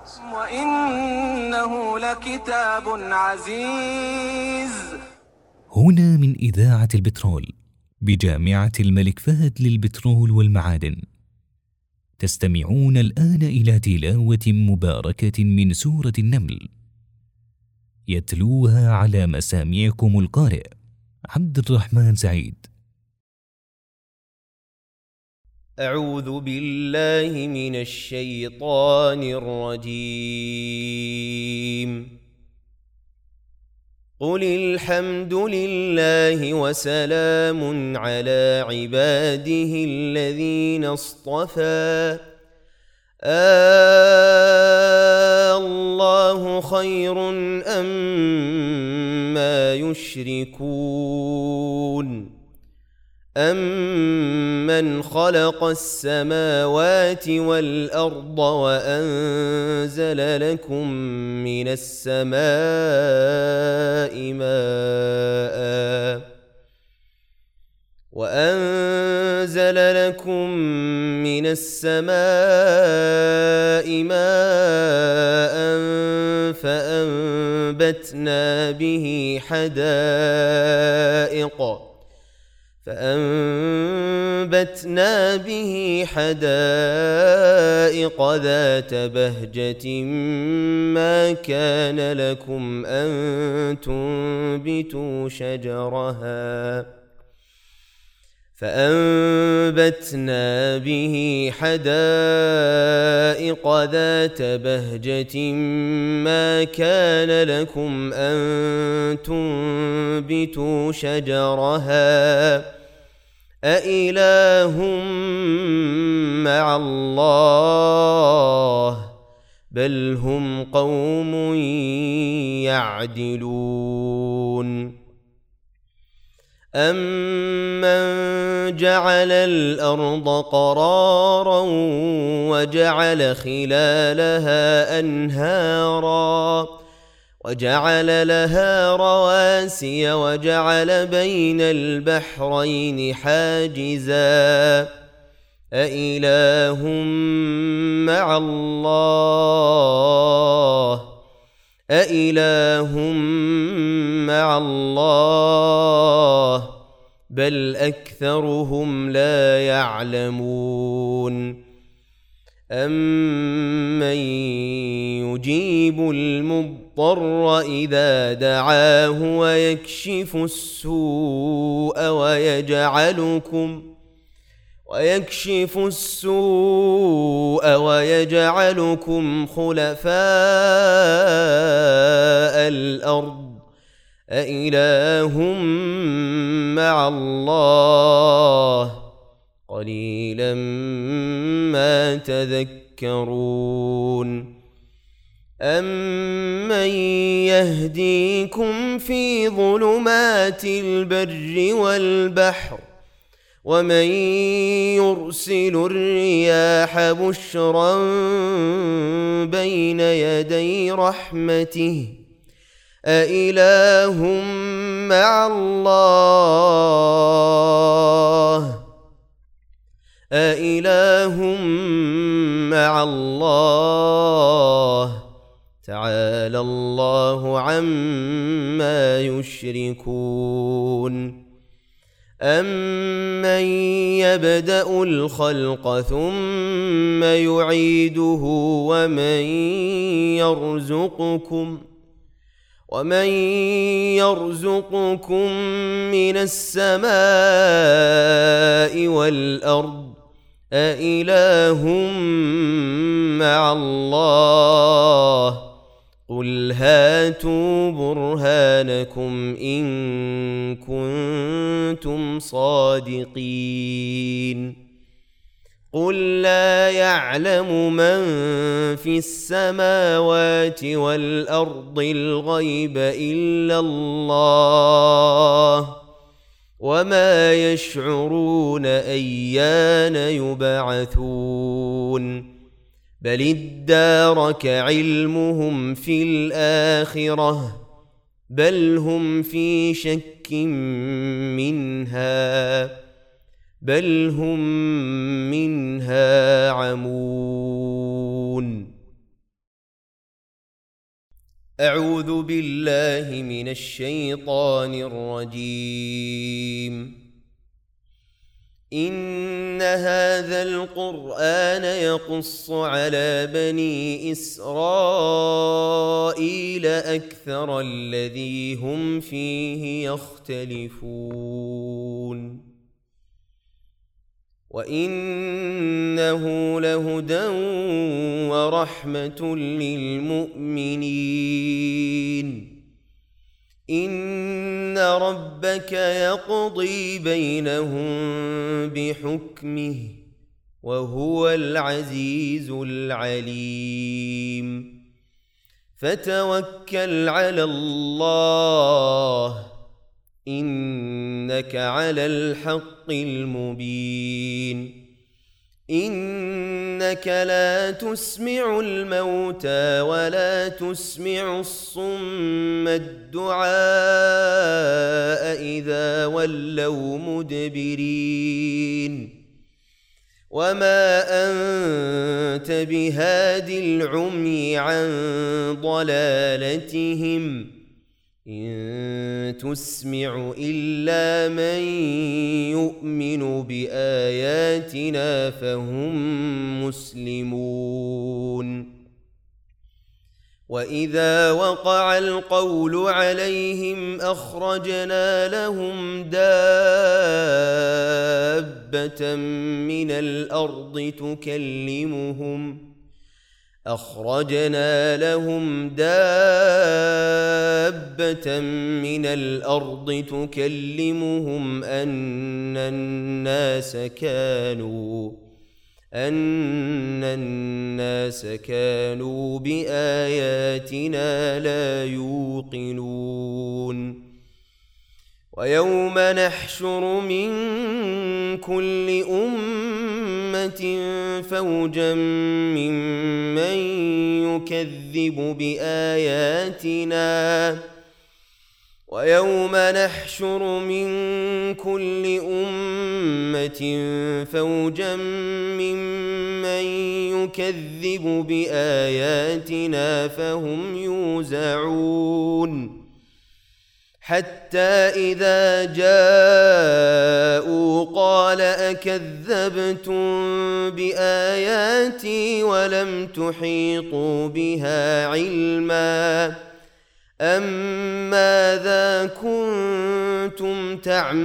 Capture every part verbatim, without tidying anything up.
وإنه لكتاب عزيز. هنا من إذاعة البترول بجامعة الملك فهد للبترول والمعادن، تستمعون الآن إلى تلاوة مباركة من سورة النمل، يتلوها على مسامعكم القارئ عبد الرحمن سعيد. أعوذ بالله من الشيطان الرجيم. قل الحمد لله وسلام على عباده الذين اصطفى، الله خير أما يشركون. أَمَّنْ خَلَقَ السَّمَاوَاتِ وَالْأَرْضَ وَأَنزَلَ لَكُم مِّنَ السَّمَاءِ مَاءً وَأَنزَلَ لَكُم مِّنَ السَّمَاءِ مَاءً فَأَنبَتْنَا بِهِ حَدَائِقَ فأنبتنا به حدائق ذات بهجة ما كان لكم أن تنبتوا شجرها فأنبتنا به حدائق ذات بهجة ما كان لكم أن تنبتوا شجرها أإله مع الله بل هم قوم يعدلون. أَمَّنْ جَعَلَ الْأَرْضَ قَرَارًا وَجَعَلَ خِلَالَهَا أَنْهَارًا وَجَعَلَ لَهَا رَوَاسِيَ وَجَعَلَ بَيْنَ الْبَحْرَيْنِ حَاجِزًا أَإِلَٰهٌ مَّعَ اللَّهِ أَإِلَٰهٌ مَّعَ اللَّهِ بَلْ أَكْثَرُهُمْ لَا يَعْلَمُونَ. أَمَّن يُجِيبُ الْمُضْطَرَّ إِذَا دَعَاهُ وَيَكْشِفُ السُّوءَ وَيَجْعَلُكُمْ ويكشف السوء ويجعلكم خلفاء الأرض أإله مع الله قليلا ما تذكرون. أَمَّن يهديكم في ظلمات البر والبحر ومن يرسل الرياح بشرا بين يدي رحمته أإله مع الله أإله مع الله تعالى الله عما يشركون. أَمَّن يَبْدَأُ الْخَلْقَ ثُمَّ يُعِيدُهُ وَمَن يَرْزُقُكُم وَمَن يَرْزُقُكُم مِّنَ السَّمَاءِ وَالْأَرْضِ أَإِلَٰهٌ مَّعَ اللَّهِ قُلْ هَاتُوا بُرْهَانَكُمْ إِن كُنتُمْ صَادِقِينَ. قُل لَّا يَعْلَمُ مَن فِي السَّمَاوَاتِ وَالْأَرْضِ الْغَيْبَ إِلَّا اللَّهُ وَمَا يَشْعُرُونَ أَيَّانَ يُبْعَثُونَ. بل ادارك علمهم في الآخرة بل هم في شك منها بل هم منها عمون. أعوذ بالله من الشيطان الرجيم. إن هذا القرآن يقص على بني إسرائيل أكثر الذي هم فيه يختلفون وإنه لهدى ورحمة للمؤمنين. إن ربك يقضي بينهم بحكمه وهو العزيز العليم. فتوكل على الله إنك على الحق المبين. إنك لا تسمع الموتى ولا تسمع الصم الدعاء إذا ولوا مدبرين. وما أنت بهاد العمي عن ضلالتهم إن تسمع إلا من يؤمن بآياتنا فهم مسلمون. وإذا وقع القول عليهم أخرجنا لهم دابة من الأرض تكلمهم أخرجنا لهم دابة من الأرض تكلمهم أن الناس كانوا أن الناس كانوا بآياتنا لا يوقنون. ويوم نحشر من كل أمة فوجا ممن يكذب بآياتنا ويوم نحشر من كل أمة فوجا ممن يكذب بآياتنا فهم يوزعون. حتى إذا جاءوا قال أكذبتم بآياتي ولم تحيطوا بها علما أم ماذا كنتم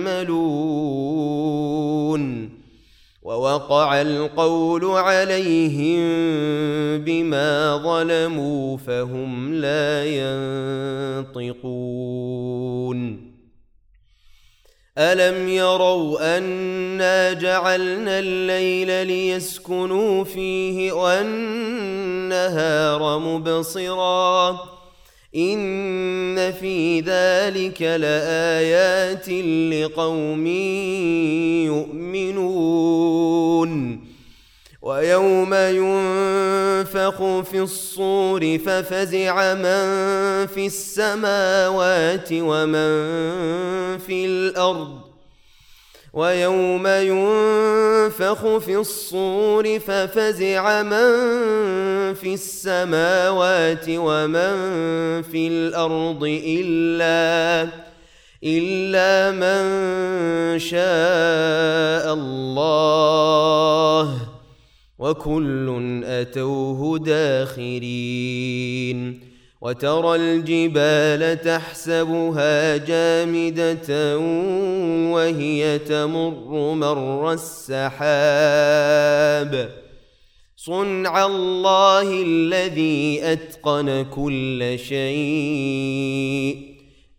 تعملون. ووقع القول عليهم بما ظلموا فهم لا ينطقون. ألم يروا أنا جعلنا الليل ليسكنوا فيه والنهار مبصرا إن في ذلك لآيات لقوم يؤمنون. ويوم ينفخ في الصور ففزع من في السماوات ومن في الأرض ويوم ينفخ في الصور ففزع من في السماوات ومن في الأرض إلا إلا من شاء الله وكل أتوه داخرين. وترى الجبال تحسبها جامدة وهي تمر مر السحاب صنع الله الذي أتقن كل شيء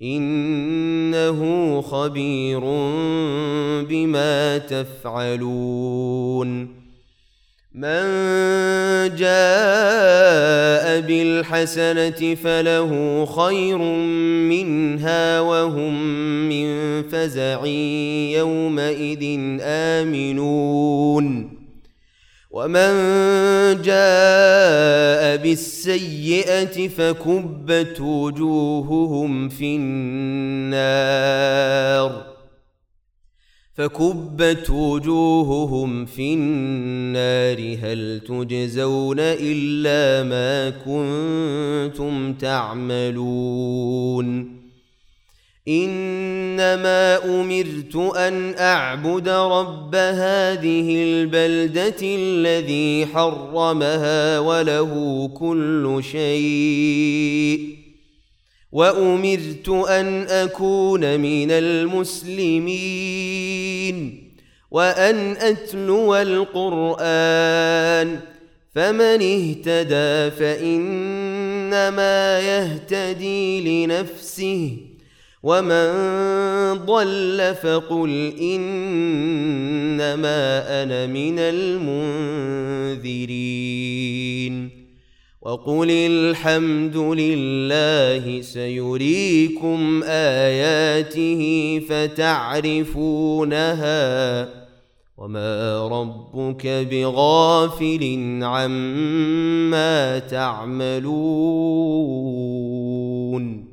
إنه خبير بما تفعلون. من جاء بالحسنة فله خير منها وهم من فزع يومئذ آمنون. ومن جاء بالسيئة فكبت وجوههم في النار فكبت وجوههم في النار هل تجزون إلا ما كنتم تعملون إنما أمرت أن أعبد رب هذه البلدة الذي حرمها وله كل شيء وأمرت أن أكون من المسلمين وأن أتلو القرآن فمن اهتدى فإنما يهتدي لنفسه ومن ضل فقل إنما أنا من المنذرين وقل الحمد لله سيريكم آياته فتعرفونها وما ربك بغافل عما تعملون.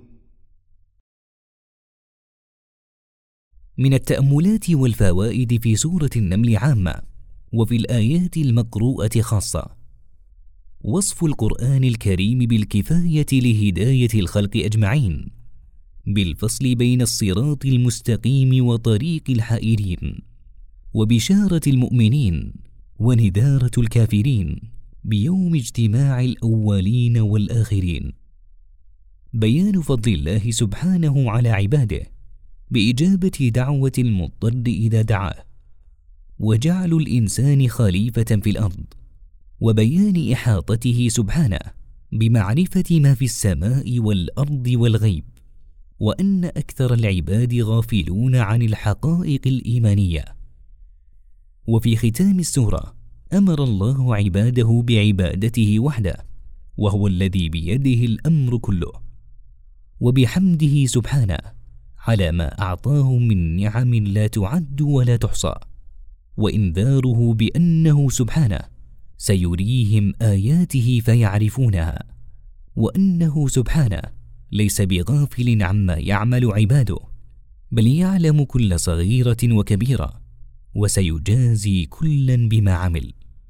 من التأملات والفوائد في سورة النمل عامة وفي الآيات المقروءة خاصة وصف القرآن الكريم بالكفاية لهداية الخلق أجمعين بالفصل بين الصراط المستقيم وطريق الحائرين وبشارة المؤمنين وندارة الكافرين بيوم اجتماع الأولين والآخرين بيان فضل الله سبحانه على عباده بإجابة دعوة المضطر إذا دعاه وجعل الإنسان خليفة في الأرض وبيان إحاطته سبحانه بمعرفة ما في السماء والأرض والغيب وأن أكثر العباد غافلون عن الحقائق الإيمانية. وفي ختام السورة أمر الله عباده بعبادته وحده وهو الذي بيده الأمر كله وبحمده سبحانه على ما أعطاه من نعم لا تعد ولا تحصى وإنذاره بأنه سبحانه سيريهم آياته فيعرفونها وأنه سبحانه ليس بغافل عما يعمل عباده بل يعلم كل صغيرة وكبيرة وسيجازي كلا بما عمل.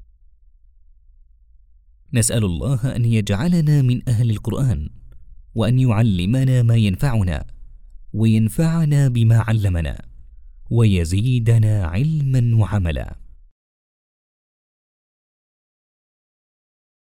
نسأل الله أن يجعلنا من أهل القرآن وأن يعلمنا ما ينفعنا وينفعنا بما علمنا ويزيدنا علما وعملا.